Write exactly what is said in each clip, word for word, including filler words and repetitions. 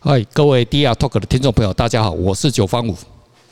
嗨，各位 D R Talk 的听众朋友，大家好，我是九方五。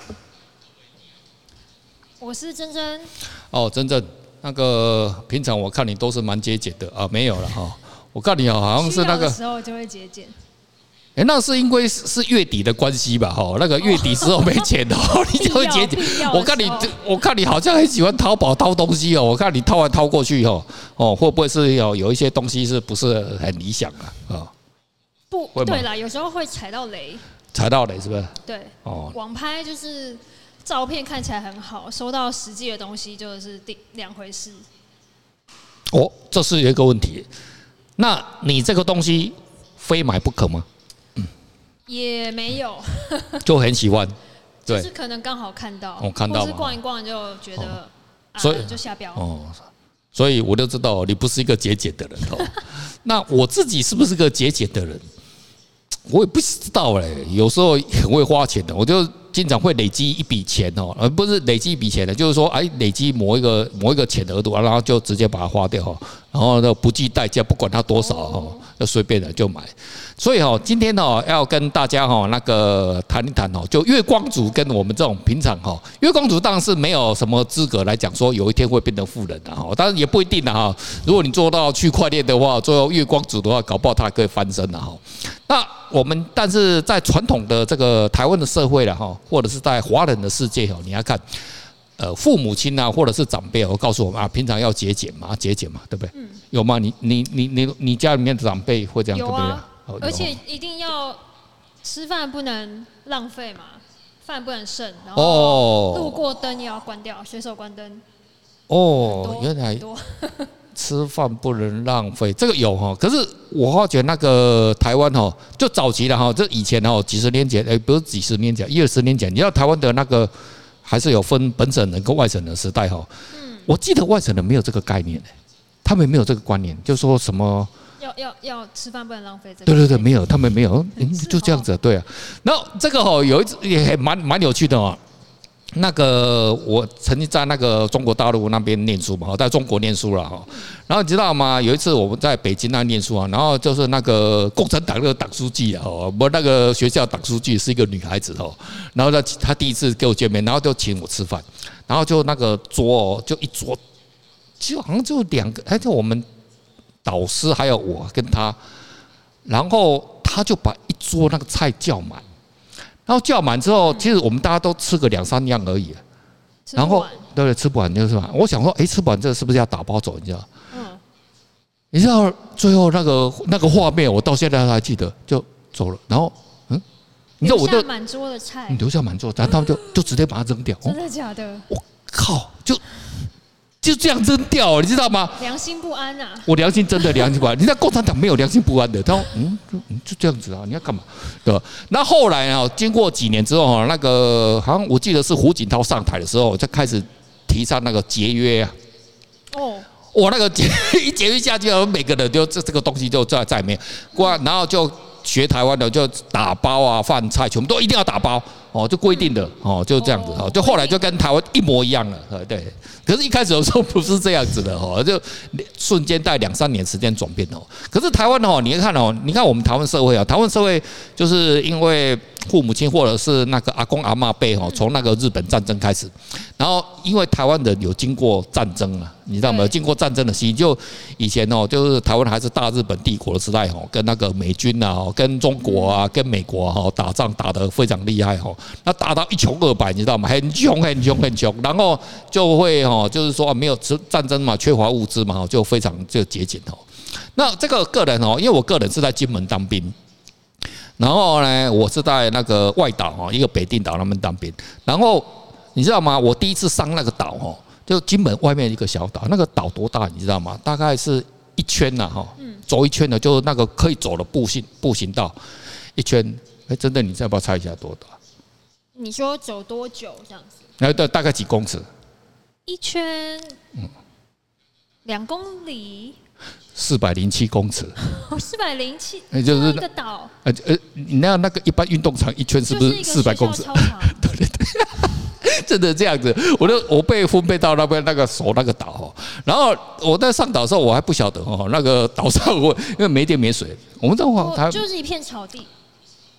我是珍珍。 哦，珍珍，那个平常我看你都是蛮节俭的啊，没有了哈。我看你好像是那个需要的时候就会节俭。 哎、欸，那是因为是月底的关系吧？哈，那个月底时候没钱哦，你就会节俭。我看你，我看你好像很喜欢淘宝淘东西哦。我看你掏来掏过去哦，哦，会不会是有有一些东西是不是很理想啊？啊？ 不对啦，有时候会踩到雷。 踩到雷是不是？ 对。哦。网拍就是照片看起来很好，收到实际的东西就是两回事。 哦，这是一个问题。那你这个东西非买不可吗？嗯。也没有。 就很喜欢。对。 就是可能刚好看到。 我、哦、看到。 或是逛一逛就觉得，哦啊、 所以就下标。 哦。所以我就知道你不是一个节俭的人哦。那我自己是不是个节俭的人？我也不知道嘞，有时候很会花钱的，我就经常会累积一笔钱哦，而不是累积一笔钱的，就是说，哎，累积某一个某一个钱的额度，然后就直接把它花掉哈，然后呢不计代价，不管它多少哈，就随便的就买。所以哈，今天哈要跟大家哈那个谈一谈哦，就月光族跟我们这种平常哈，月光族当然是没有什么资格来讲说有一天会变成富人的哈，当然也不一定的哈。如果你做到区块链的话，做到月光族的话，搞不好他可以翻身的哈。那我们但是在传统的这个台湾的社会了哈，或者是在华人的世界哈，你要看，呃，父母亲啊，或者是长辈，我告诉我们啊，平常要节俭嘛，节俭嘛，对不对？嗯。有吗？你你你你你家里面的长辈会这样对不对？ 有啊。而且一定要吃饭不能浪费嘛，饭不能剩，然后路过灯也要关掉，随手关灯。 哦，原来吃饭不能浪费，这个有哈。可是我发觉那个台湾哈，就早期的哈，这以前哈，几十年前，哎，不是几十年前，一二十年前，你知道台湾的那个还是有分本省人跟外省人的时代哈。嗯。我记得外省人没有这个概念，他们没有这个观念，就说什么。 要要要吃饭不能浪费，这个对对对，没有，他们没有，嗯，就这样子，对啊。然后这个哦，有一次也蛮蛮有趣的哦。那个我曾经在那个中国大陆那边念书嘛，在中国念书了哈。然后你知道吗？有一次我们在北京那念书啊，然后就是那个共产党那个党书记啊，哦，我那个学校党书记是一个女孩子哦。然后她她第一次跟我见面，然后就请我吃饭，然后就那个桌哦，就一桌，就好像就两个，哎，就我们。导师还有我跟他，然后他就把一桌那个菜叫满，然后叫满之后，其实我们大家都吃个两三样而已，然后对对，吃不完就是吧。我想说，哎，吃不完这是不是要打包走？你知道？嗯。你知道最后那个那个画面，我到现在还记得，就走了。然后，嗯，你知道我就满桌的菜， 留下满桌，然后他们就就直接把它扔掉。 真的假的？ 我靠！就。就这样扔掉，你知道吗？ 良心不安啊！ 我良心真的良心不安。你在共产党没有良心不安的，他说嗯就这样子啊，你要干嘛？对吧？那后来啊，经过几年之后哈，那个好像我记得是胡锦涛上台的时候，就开始提倡那个节约啊。哦，我那个节一节约下去，每个人就这这个东西就在在里面，然后就学台湾的就打包啊，饭菜全部都一定要打包哦，就规定的哦，就这样子哦，就后来就跟台湾一模一样了，对。可是，一开始的时候不是这样子的哦，就瞬间带两三年时间转变哦。可是台湾哦，你看哦，你看我们台湾社会啊，台湾社会就是因为父母亲或者是那个阿公阿嬷辈哦，从那个日本战争开始，然后因为台湾人有经过战争啊，你知道吗？经过战争的习，就以前哦，就是台湾还是大日本帝国的时代哦，跟那个美军啊，跟中国啊，跟美国啊打仗打得非常厉害哦，那打到一穷二白，你知道吗？很穷很穷很穷，然后就会哦。就是说没有战争嘛，缺乏物资嘛，就非常就节俭哦。那这个个人哦，因为我个人是在金门当兵，然后呢，我是在那个外岛哦，一个北定岛那边当兵。然后你知道吗？我第一次上那个岛哦，就金门外面一个小岛，那个岛多大你知道吗？大概是一圈呐哈，走一圈的，就是那个可以走的步行步行道一圈。哎，真的，你要不要猜一下多大？ 你说走多久这样子？ 哎，对，大概几公尺？ 一圈，嗯，两公里， 四百零七公尺。 哦，四百零七， 就是一个岛。 呃呃，你那那个一般运动场一圈是不是四百公尺？对对对，真的这样子。我就我被分配到那边那个守那个岛哦，然后我在上岛的时候我还不晓得哦，那个岛上我因为没电没水，我们这会它就是一片草地。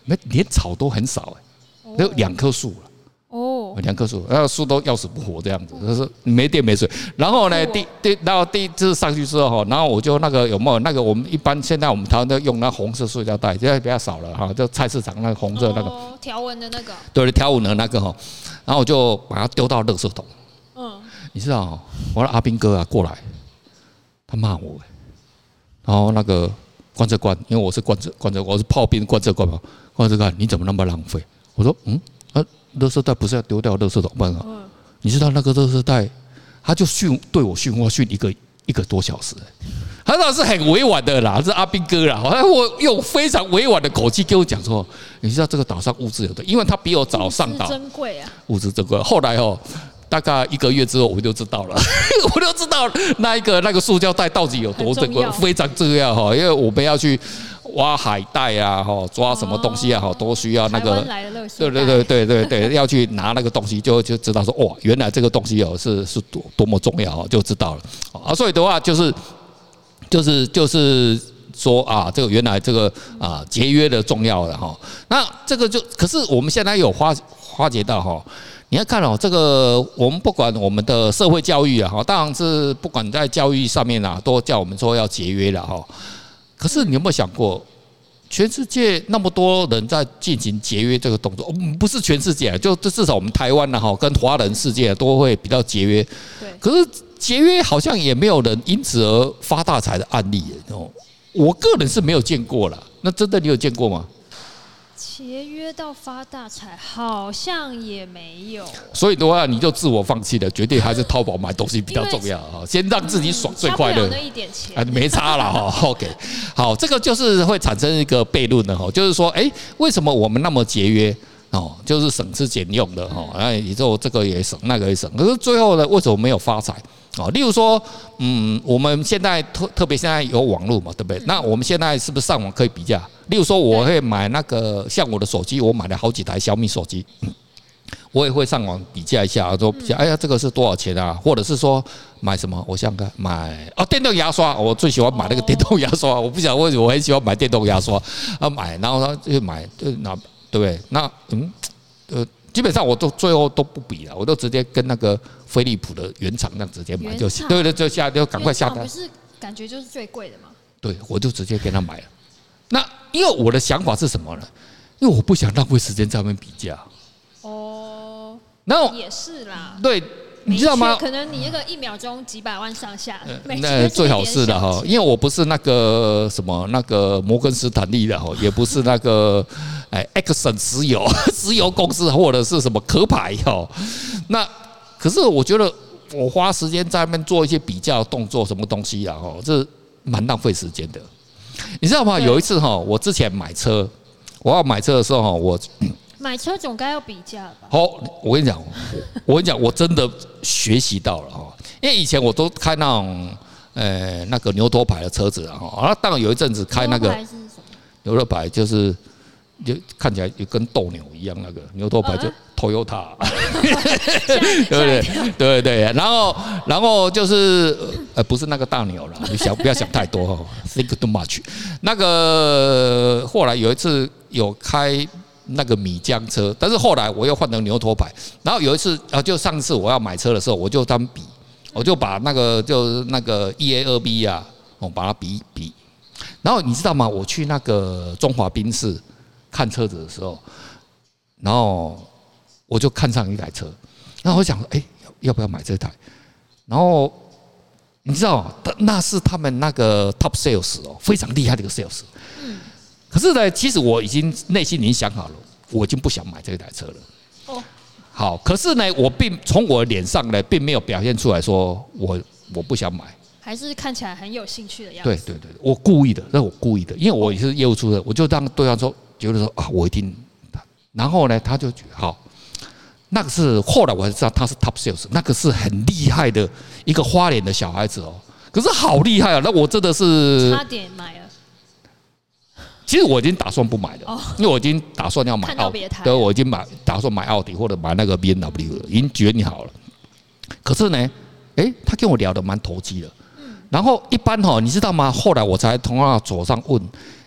那连草都很少哎，只有两棵树了。哦，两棵树，然后树都要死不活这样子，就是没电没水。然后呢，第第然后第一次上去之后，然后我就那个有没有那个我们一般现在我们台湾都用那红色塑胶袋，现在比较少了哈，就菜市场那个红色那个条纹的那个， 对，条纹的那个哈，然后我就把它丢到垃圾桶。嗯，你知道我的阿兵哥啊过来，他骂我，然后那个观测官，因为我是观测观测，我是炮兵观测官嘛，观测官你怎么那么浪费？我说嗯。垃圾袋不是要丢掉垃圾桶吗？嗯、你知道那个垃圾袋，他就训对我训话训一个一个多小时、欸，他倒是很委婉的啦，是阿兵哥啦，我用非常委婉的口气跟我讲说，你知道这个岛上物资有的，因为他比我早上岛， 珍贵啊， 物资珍贵。后来哦，大概一个月之后我就知道了，我就知道那一个那个塑胶袋到底有多珍贵，非常重要哈，因为我们要去。挖海带啊，哈，抓什么东西啊，哈，都需要那个，对对对对对对，要去拿那个东西，就就知道说，哇，原来这个东西哦是是多多么重要，就知道了啊。所以的话，就是就是就是说啊，这个原来这个啊节约的重要的哈。那这个就，可是我们现在有发发觉到哈。你要看哦，这个我们不管我们的社会教育啊，哈，当然是不管在教育上面啊，都叫我们说要节约了哈。可是你有没有想过，全世界那么多人在进行节约这个动作，不是全世界，就至少我们台湾呢，哈，跟华人世界都会比较节约。对。可是节约好像也没有人因此而发大财的案例哦，我个人是没有见过啦。那真的你有见过吗？ 节约到发大财好像也没有， 所以的话你就自我放弃了，绝对还是淘宝买东西比较重要啊，先让自己爽最快乐。 那一点钱啊，没差了哈。OK， 好，这个就是会产生一个悖论的哈，就是说，哎，为什么我们那么节约？哦，就是省吃俭用的哈，哎，以后这个也省，那个也省，可是最后呢，为什么没有发财？啊，例如说，嗯，我们现在特特别现在有网络嘛，对不对？那我们现在是不是上网可以比价？例如说，我会买那个像我的手机，我买了好几台小米手机，我也会上网比价一下，说比价，哎呀，这个是多少钱啊？或者是说买什么？我想想看，买哦，电动牙刷，我最喜欢买那个电动牙刷，我不晓得为什么我很喜欢买电动牙刷啊，买，然后他就买，就拿。对不对？那嗯，呃，基本上我都最后都不比了，我都直接跟那个飞利浦的原厂那直接买就行。对对，就下就赶快下单。 不是感觉就是最贵的吗？ 对，我就直接跟他买了。那因为我的想法是什么呢？因为我不想浪费时间在那边比价。哦，然后也是啦。 对。你知道吗？ 可能你那个一秒钟几百万上下， 那最好是的哈，因为我不是那个什么那个摩根斯坦利的哈，也不是那个哎 Exxon 石油石油公司或者是什么壳牌哈。那可是我觉得我花时间在那边做一些比较动作，什么东西啊哈，这蛮浪费时间的。你知道吗？有一次哈，我之前买车，我要买车的时候哈，我。 买车总该要比价吧？ 好，我跟你讲，我跟你讲，我真的学习到了哈，因为以前我都开那种呃那个牛头牌的车子啊哈，然后当然有一阵子开那个牛头牌，就是就看起来就跟斗牛一样，那个牛头牌就 Toyota， 对不对？对对，然后然后就是呃不是那个大牛了，你想不要想太多哈 ，think too much。那个后来有一次有开。那个米浆车，但是后来我又换成牛头牌。然后有一次啊，就上次我要买车的时候，我就当比，我就把那个就是那个 E A 二 B 啊，我把它比一比。然后你知道吗？我去那个中华宾士看车子的时候，然后我就看上一台车，然后我想说，哎，要不要买这台？然后你知道，那是他们那个 top sales 哦，非常厉害的一个 sales。可是呢，其实我已经内心已经想好了，我已经不想买这台车了。哦，好，可是呢，我并从我的脸上呢，并没有表现出来说我我不想买， 还是看起来很有兴趣的样子。对对对，我故意的，那我故意的，因为我也是业务出身，我就让对方说，觉得说啊，我一定，然后呢，他就好，那个是后来我才知道他是 top sales， 那个是很厉害的一个花莲的小孩子哦，可是好厉害啊，那我真的是差点买了。 其实我已经打算不买了，因为我已经打算要买奥迪，对，我已经买打算买奥迪或者买那个 B M W 了，已经决定好了。可是呢，哎，他跟我聊得蛮投机的。然后一般哈，你知道吗？后来我才从他手上问，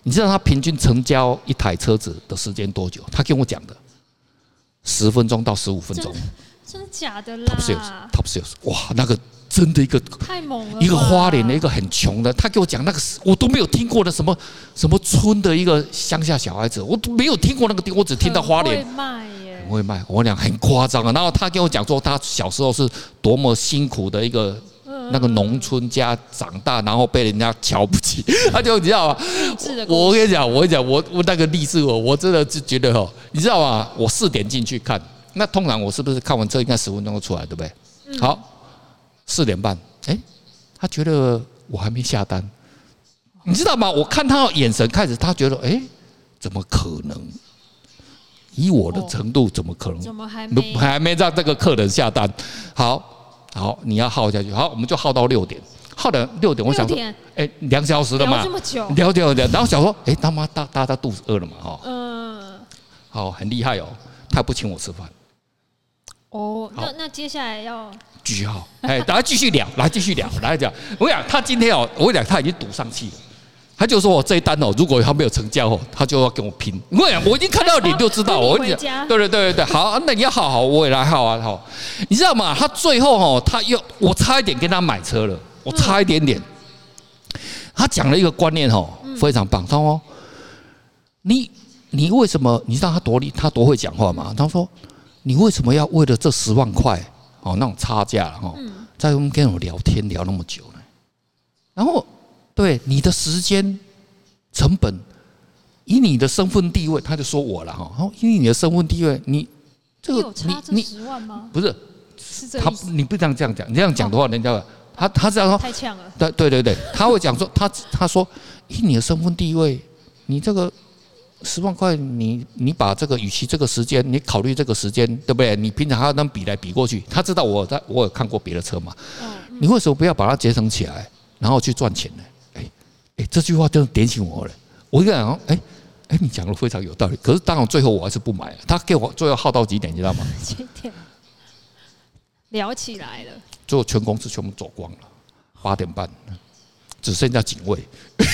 你知道他平均成交一台车子的时间多久？他跟我讲的，十分钟到十五分钟。 真的假的啦 ？Top sales，Top sales， 哇，那个真的一个太猛了， 一个花莲的一个很穷的，他给我讲那个我都没有听过的什么什么村的一个乡下小孩子，我都没有听过那个地，我只听到花莲。 会卖耶， 很会卖，我讲很夸张啊。然后他跟我讲说，他小时候是多么辛苦的一个。那个农村家长大，然后被人家瞧不起，他就你知道吗？我跟你讲，我跟你讲，我我那个励志我我真的是觉得哦，你知道吗？我四点进去看，那通常我是不是看完车应该十分钟就出来，对不对？嗯、好，四点半，哎，他觉得我还没下单，你知道吗？我看他的眼神开始，他觉得哎，怎么可能？以我的程度，怎么可能？ 怎么还没还没让这个客人下单？好。好，你要耗下去。好，我们就耗到六点，耗到六点。我想说，哎，两小时了嘛， 聊这么久， 聊聊聊。然后想说，哎，他妈大大家肚子饿了嘛，哈。 嗯。 好，很厉害哦，他不请我吃饭。 哦，那那接下来要继续耗，哎，大家继续聊，来继续聊，来讲。我讲他今天哦，我讲他已经赌上气了。他就说我这一单哦，如果他没有成交哦，他就要跟我拼。我讲我已经看到脸就知道，我跟你讲，对对对对对，好，那你要耗好，我也来耗啊，好，你知道吗？他最后哦，他又我差一点跟他买车了，我差一点点。他讲了一个观念哦，非常棒。他说：“你你为什么？你知道他多厉，他多会讲话吗？”他说：“你为什么要为了这十万块哦那种差价哈，在我们跟我聊天聊那么久呢？”然后。对你的时间成本，以你的身份地位，他就说我了哈。然后因为你的身份地位，你这个你你十万吗？ 不是，是这他你不这样这样讲，你这样讲的话，人家他他这样说太呛了。 对对对对，他会讲说他他说以你的身份地位，你这个十万块，你你把这个与其这个时间，你考虑这个时间，对不对？你平常还要能比来比过去，他知道我在我有看过别的车嘛，你为什么不要把它节省起来，然后去赚钱呢？哎，这句话真的点醒我了。我一个人，哎哎，你讲的非常有道理。可是当然最后我还是不买了。他给我最后耗到几点，你知道吗？ 几点？聊起来了。 最后全公司全部走光了，八点半，只剩下警卫。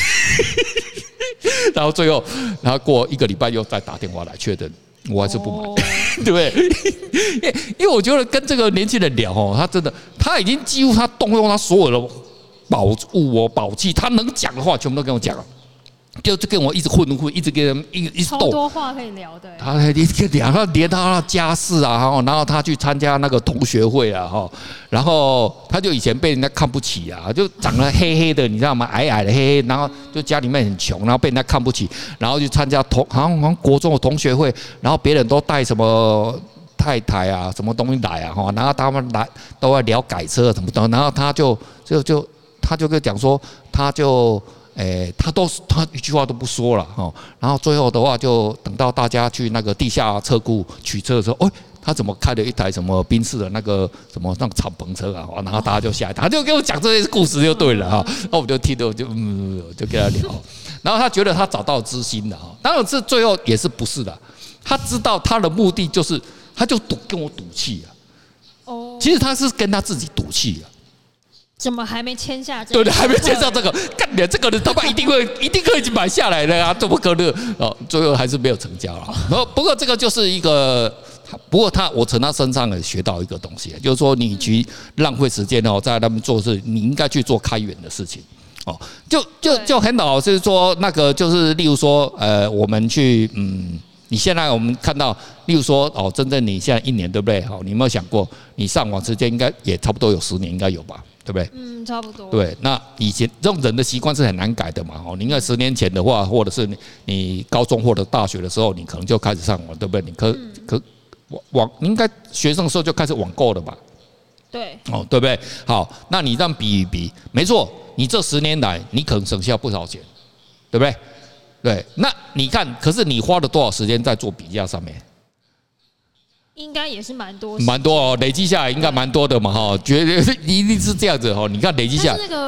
然后最后，然后过一个礼拜又再打电话来确认，我还是不买，哦、对不对？因为我觉得跟这个年轻人聊哦，他真的他已经几乎他动用他所有的。保物我宝器，他能讲的话全部都跟我讲了，就就跟我一直混混，一直跟人一一直斗， 超多话可以聊的。 他一直聊，他连他的家世啊，然后他去参加那个同学会啊，哈，然后他就以前被人家看不起啊，就长得黑黑的，你知道吗？矮矮的黑黑，然后就家里面很穷，然后被人家看不起，然后去参加同好像好像国中的同学会，然后别人都带什么。太太啊，什么东西来啊？哈，然后他们来都要聊改车什么的，然后他就就就他就跟讲说，他就诶，他都他一句话都不说了哈。然后最后的话，就等到大家去那个地下车库取车的时候，哎，他怎么开了一台什么宾士的那个什么那个敞篷车啊？然后大家就下来，他就跟我讲这些故事就对了哈。那我就听着，我就嗯，就跟他聊。然后他觉得他找到知心了哈，当然是最后也是不是的，他知道他的目的就是。他就赌跟我赌气啊！哦，其实他是跟他自己赌气啊。 怎么还没签下这个？ 对对，还没签上这个，干你这个人他妈一定会一定可以买下来的啊！怎么可能？哦，最后还是没有成交了。然后不过这个就是一个，不过他我从他身上也学到一个东西，就是说你去浪费时间哦，在他们做事，你应该去做开源的事情哦。就就就很好，就是说那个就是例如说呃，我们去嗯。你现在我们看到，例如说哦，真正你现在一年对不对？好，你有没有想过，你上网时间应该也差不多有十年，应该有吧？对不对？ 嗯，差不多。 对，那以前这种人的习惯是很难改的嘛。哦，你应该十年前的话，或者是你你高中或者大学的时候，你可能就开始上网，对不对？你可可网，你应该学生的时候就开始网购了吧？ 对。 哦，对不对？好，那你这样比一比，没错，你这十年来你可能省下不少钱，对不对？对，那你看，可是你花了多少时间在做比价上面？ 应该也是蛮多， 蛮多哦，累积下来应该蛮多的嘛，哈，觉得一定是这样子哦。你看累积下来， 但是那个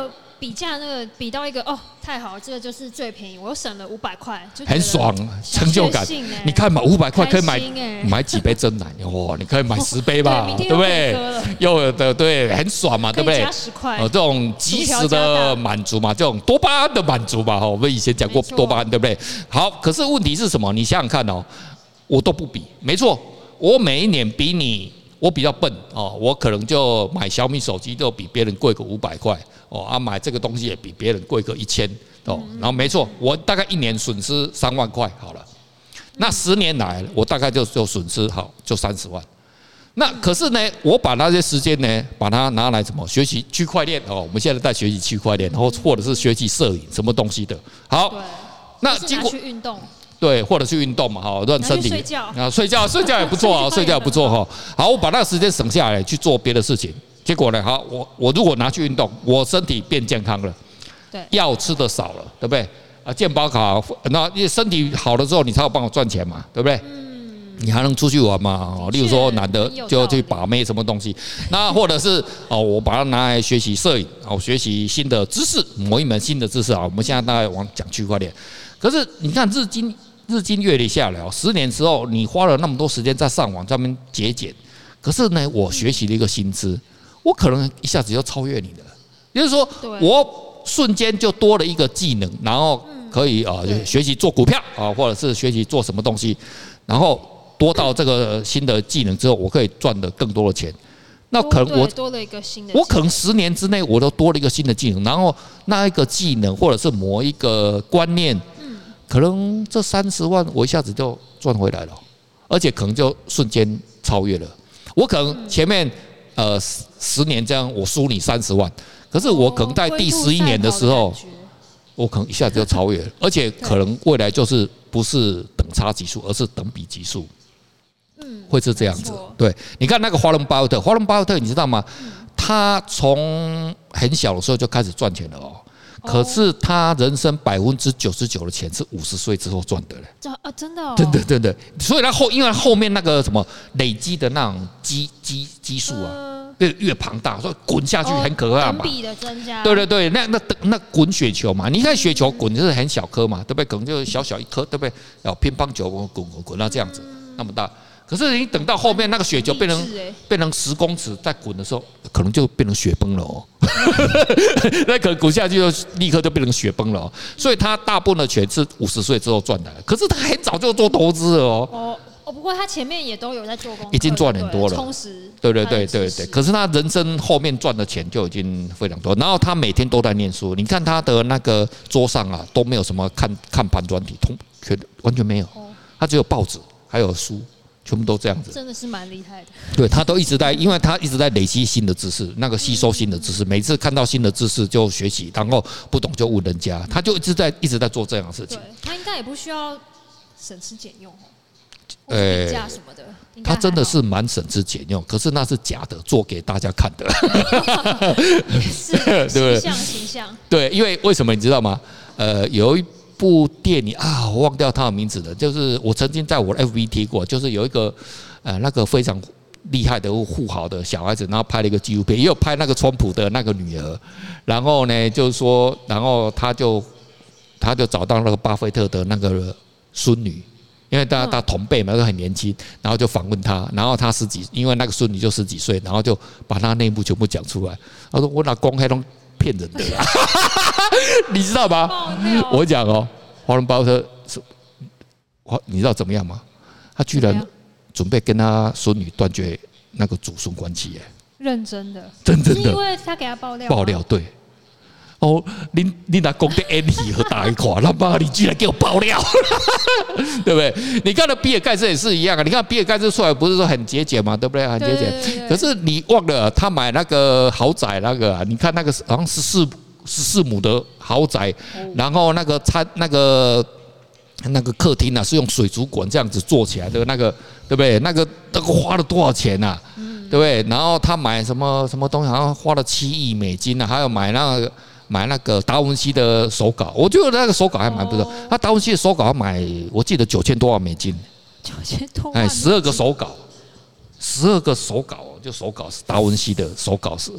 比价那个比到一个哦，太好了，这个就是最便宜，我又省了五百块，就很爽，成就感。你看嘛，五百块可以买买几杯珍奶，哇，你可以买十杯吧，对不对？又的对，很爽嘛，对不对？ 加十块， 这种即时的满足嘛，这种多巴胺的满足嘛，哈，我们以前讲过多巴胺，对不对？好，可是问题是什么？你想想看哦，我都不比，没错，我每一年比你。我比较笨哦，我可能就买小米手机就比别人贵个五百块哦，啊买这个东西也比别人贵个一千哦，然后没错，我大概一年损失三万块好了，那十年来我大概就就损失好就三十万，那可是呢，我把那些时间呢，把它拿来什么学习区块链哦，我们现在在学习区块链，然后或者是学习摄影什么东西的，好， 那经过去运动。 对，或者去运动嘛，哈，让身体睡觉啊，睡觉睡觉也不错啊，睡觉也不错哈。好，我把那个时间省下来去做别的事情，结果呢，好，我我如果拿去运动，我身体变健康了， 对， 药吃的少了，对不对？啊，健保卡，那你身体好了之后，你才有帮我赚钱嘛，对不对？嗯，你还能出去玩嘛？哦，例如说男的就去把妹什么东西，那或者是哦，我把它拿来学习摄影，哦，学习新的知识，某一门新的知识啊。我们现在大概往讲区块链，可是你看日经。日积月累下来哦，十年之后，你花了那么多时间在上网上面节俭，可是呢，我学习了一个新知，我可能一下子就超越你的，也就是说，我瞬间就多了一个技能，然后可以啊学习做股票啊，或者是学习做什么东西，然后多到这个新的技能之后，我可以赚的更多的钱。那可能我多了一个新的， 我可能十年之内我都多了一个新的技能，然后那一个技能或者是某一个观念。可能这三十万我一下子就赚回来了，而且可能就瞬间超越了。我可能前面呃十年这样，我输你三十万，可是我可能在第十一年的时候，我可能一下子就超越了，而且可能未来就是不是等差级数，而是等比级数，嗯，会是这样子。对，你看那个华伦巴菲特，华伦巴菲特你知道吗？他从很小的时候就开始赚钱了哦。可是他人生百分之九十九的钱是五十岁之后赚的嘞， 啊，真的、哦， 真的真的，所以他后因为后面那个什么累积的那种基基基数啊，越越庞大，所以滚下去很可怕嘛， 等比的增加， 对对对，那那那滚雪球嘛，你看雪球滚就是很小颗嘛，对不对？可能就小小一颗，对不对？要乒乓球滚滚滚滚到这样子那么大。可是你等到后面那个雪球变成变成十公尺再滚的时候，可能就变成雪崩了哦。那可能滚下去就立刻就变成雪崩了哦。所以他大部分的钱是五十岁之后赚的，可是他很早就做投资了哦。 哦哦，不过他前面也都有在做工， 已经赚很多了， 充实。 对对对对对。可是他人生后面赚的钱就已经非常多，然后他每天都在念书。你看他的那个桌上啊，都没有什么看看盘专题，通全完全没有，他只有报纸还有书。全部都这样子， 真的是蛮厉害的。 对他都一直在，因为他一直在累积新的知识，那个吸收新的知识，每次看到新的知识就学习，然后不懂就问人家，他就一直在一直在做这样的事情。 对，他应该也不需要省吃俭用， 呃， 比价什么的， 他真的是蛮省吃俭用，可是那是假的，做给大家看的。 是，对不对？形象形象。 对，因为为什么你知道吗？呃，有一部电影啊，我忘掉他的名字了。就是我曾经在我的 F B 提过，就是有一个呃那个非常厉害的富豪的小孩子，然后拍了一个纪录片，也有拍那个川普的那个女儿。然后呢，就是说，然后他就他就找到那个巴菲特的那个孙女，因为他他同辈嘛，都很年轻，然后就访问他，然后他十几，因为那个孙女就十几岁，然后就把他内幕全部讲出来。他说：“我哪公开都骗人的啦。”你知道吗？我讲哦，华伦巴菲特是，你知道怎么样吗？他居然准备跟他孙女断绝那个祖孙关系耶！ 认真的， 真真的， 因为他给他爆料， 爆料对。哦，你你拿公的 N 体和打一块，他妈你居然给我爆料，对不对？你看到比尔盖茨也是一样啊，你看比尔盖茨出来不是说很节俭嘛，对不对？很节俭，可是你忘了他买那个豪宅那个、啊，你看那个好像十四十四亩的豪宅，然后那个餐那个那个客厅啊是用水族馆这样子做起来的，那个对不对？那个那个花了多少钱啊？对不对？然后他买什么什么东西，好像花了七亿美金啊，还有买那个。买那个达文西的手稿，我觉得那个手稿还蛮不错。他达文西的手稿要买，我记得九千多万美金。 九千多万。 哎，十二个手稿，十二个手稿，就手稿是达文西的手稿是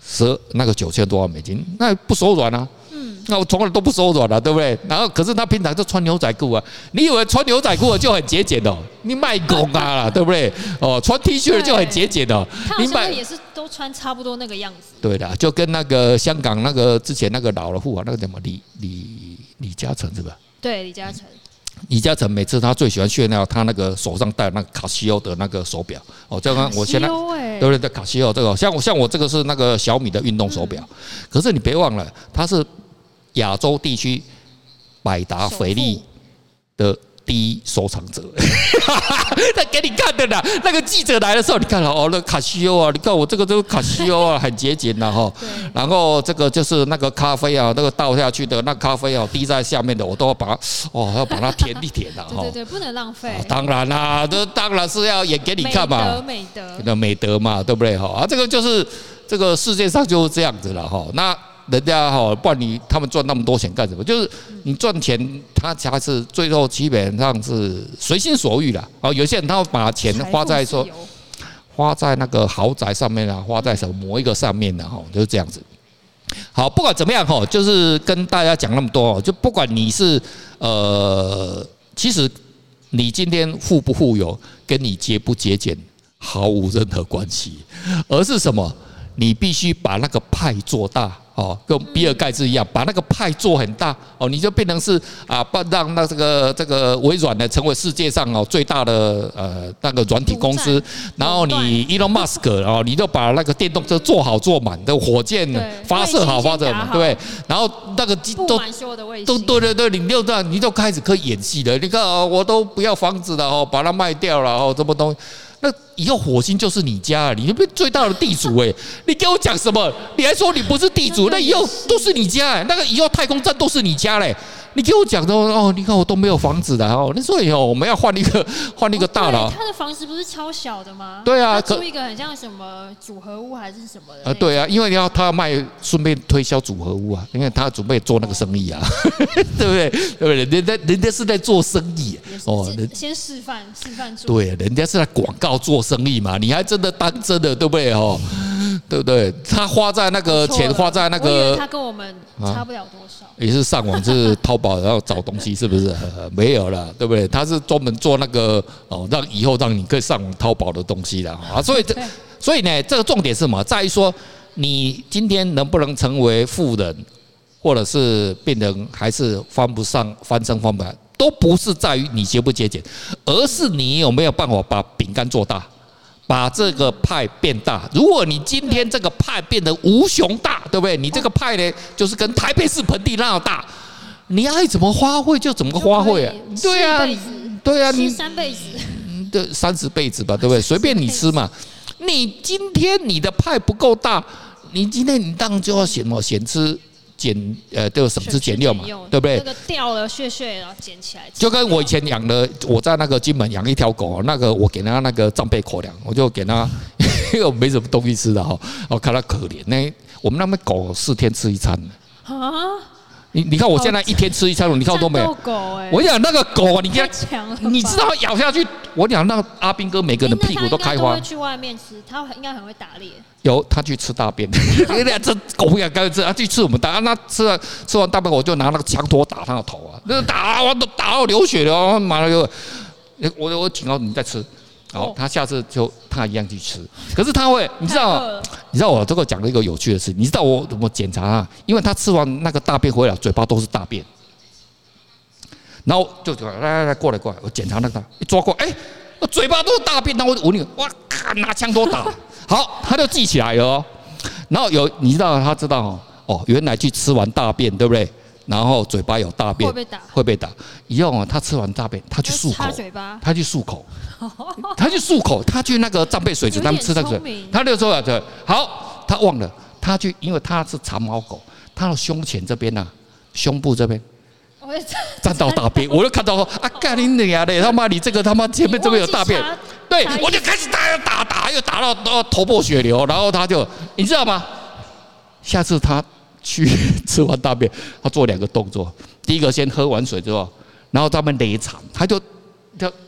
十那个九千多万美金，那不手软啊。那我从来都不手软了，对不对？然后可是他平常就穿牛仔裤啊，你以为穿牛仔裤就很节俭哦？你卖公啊啦，对不对？哦，穿 T 恤就很节俭哦。 你买也是都穿差不多那个样子。 对的，就跟那个香港那个之前那个老的富豪，那个什么李李李嘉诚是吧？ 对，李嘉诚。 李嘉诚每次他最喜欢炫耀他那个手上戴那个卡西欧的那个手表哦，这个我现在对不对？卡西欧这个像我像我这个是那个小米的运动手表，可是你别忘了，它是亚洲地区百达翡丽的第一收藏者，那给你看的啦。那个记者来的时候，你看哦，那卡西欧啊，你看我这个这个卡西欧啊，很节俭的哈。然后这个就是那个咖啡啊，那个倒下去的那咖啡啊，滴在下面的，我都要把它哦，要把它舔一舔的哈。 对对对，不能浪费。 当然啦，这当然是要演给你看嘛， 美德美德，美德嘛，对不对哈？啊，这个就是这个世界上就是这样子了哈。那人家哈，不然你他们赚那么多钱干什么？就是你赚钱，他才是最后基本上是随心所欲啦。哦，有些人他会把钱花在说，花在那个豪宅上面啊，花在什么某一个上面的哈，就是这样子。好，不管怎么样哈，就是跟大家讲那么多，就不管你是呃，其实你今天富不富有，跟你节不节俭毫无任何关系，而是什么？你必须把那个派做大。哦，跟比尔盖茨一样，把那个派做很大哦，你就变成是啊，让那这个这个微软呢成为世界上哦最大的呃那个软体公司，然后你 Elon Musk 哦，你就把那个电动车做好做满，的火箭发射好发射满，对不对？然后那个都都对对对，你就这样，你就开始可以演戏了。你看哦，我都不要房子了哦，把它卖掉了哦，这么东西。那以后火星就是你家，你就变最大的地主哎！你给我讲什么？你还说你不是地主？那以后都是你家哎！那个以后太空站都是你家嘞！你给我讲的哦，你看我都没有房子的哦，那所以哦，我们要换一个换一个大佬。 他的房子不是超小的吗？ 对啊， 租一个很像什么组合屋还是什么的。 呃，对啊，因为要他要卖，顺便推销组合屋啊，因为他准备做那个生意啊，对不对？对不对？人家人家是在做生意哦，先示范示范做。 对，人家是在广告做生意嘛，你还真的当真的，对不对？哦，对不对？他花在那个钱花在那个， 他跟我们差不了多少。也是上网是淘宝然后找东西是不是？没有了，对不对？他是专门做那个哦，让以后让你可以上网淘宝的东西的啊。所以这所以呢，这个重点是什么？在于说你今天能不能成为富人，或者是变成还是翻不上翻身翻不来，都不是在于你节不节俭，而是你有没有办法把饼干做大。把这个派变大。如果你今天这个派变得无穷大，对不对？你这个派呢，就是跟台北市盆地那样大，你爱怎么花卉就怎么花卉啊？对啊，对啊，你三辈子， 对，三十辈子吧，对不对？随便你吃嘛。你今天你的派不够大，你今天你当然就要选嘛，选吃。减呃，都省吃俭用嘛，对不对？ 那个掉了屑屑，然后捡起来。 就跟我以前养的，我在那个金门养一条狗，那个我给它那个战备口粮，我就给它，因为我没什么东西吃的哈，我看它可怜。那我们那边狗四天吃一餐啊。你你看我现在一天吃一餐，你看我都没有。我讲那个狗，你看，你知道咬下去，我讲那个阿兵哥每个人屁股都开花。 他去外面吃，他应该很会打猎。 有，他去吃大便，这狗也该吃，他去吃我们大，那吃了吃完大便，我就拿那个枪托打他的头啊，那打完都打到流血了，妈的，我我警告你再吃，好，他下次就他一样去吃，可是他会，你知道，你知道我这个讲了一个有趣的事，你知道我怎么检查啊？因为他吃完那个大便回来，嘴巴都是大便，然后就来来来过来过来，我检查那个一抓过来，哎，嘴巴都是大便，然后我闻你，哇，拿枪托打。好，他就记起来了哦。然后有你知道，他知道哦，哦，原来去吃完大便，对不对？然后嘴巴有大便， 会被打， 会被打。以后啊，他吃完大便，他去漱口，他去漱口，他去漱口，他去那个战备水池，他们吃那个水，他就说对，好，他忘了，他去，因为他是长毛狗，他的胸前这边呐、啊，胸部这边。沾到大便，我就看到说啊，干你娘的！他妈，你这个他妈前面这边有大便，对我就开始打打打，又打到到头破血流，然后他就，你知道吗？下次他去吃完大便，他做两个动作，第一个先喝完水之后，然后他们擂场，他就就就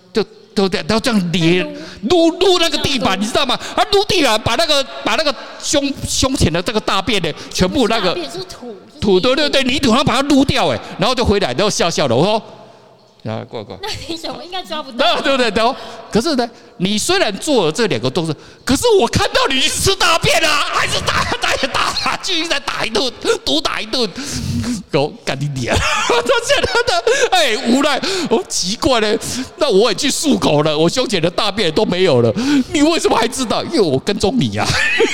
对不对？然后这样捏撸撸那个地板，你知道吗？他撸地板，把那个把那个胸胸前的这个大便呢，全部那个是土土，对对对，泥土，然后把它撸掉，哎，然后就回来，然后笑笑的，我说。啊，过过。 那你怎么应该抓不到？ 对不对？然后，可是呢，你虽然做了这两个动作，可是我看到你去吃大便啊，还是打打打打，继续再打一顿，毒打一顿，我干你娘！他现在的哎无奈，哦奇怪呢，那我也去漱口了，我胸前的大便都没有了，你为什么还知道？因为我跟踪你啊！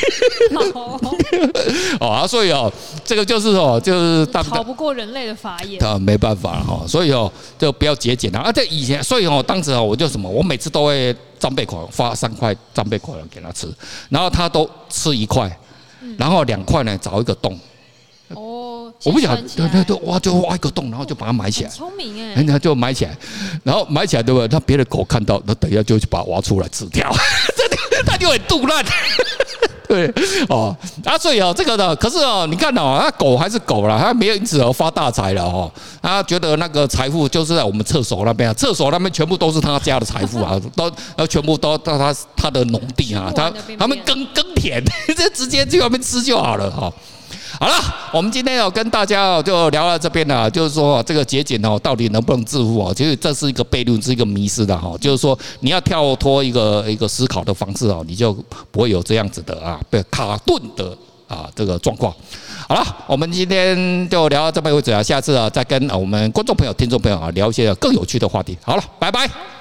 哦啊，所以哦，这个就是哦，就是逃不过人类的法眼啊，没办法哈，所以哦，就不要节俭了啊。在以前，所以哦，当时哦，我就什么，我每次都会张贝口发三块张贝口给他吃，然后他都吃一块，然后两块呢找一个洞。 哦， 我不想，对对对，哇，就挖一个洞，然后就把它埋起来。 聪明哎， 人家就埋起来，然后埋起来对不对？他别的狗看到，那等一下就去把它挖出来吃掉，他就很肚烂。对哦，啊，所以哦，这个呢，可是哦，你看哦，那狗还是狗啦，它没有因此而发大财了哦。他觉得那个财富就是在我们厕所那边啊，厕所那边全部都是他家的财富啊，都呃全部都到他他的农地啊，他他们耕耕田，这直接去外面吃就好了哈。好了，我们今天哦跟大家哦就聊到这边了，就是说这个节俭哦到底能不能致富哦？其实这是一个悖论，是一个迷思的哈。就是说你要跳脱一个一个思考的方式哦，你就不会有这样子的啊被卡顿的啊这个状况。好了，我们今天就聊到这边为止啊，下次啊再跟我们观众朋友、听众朋友啊聊一些更有趣的话题。好了，拜拜。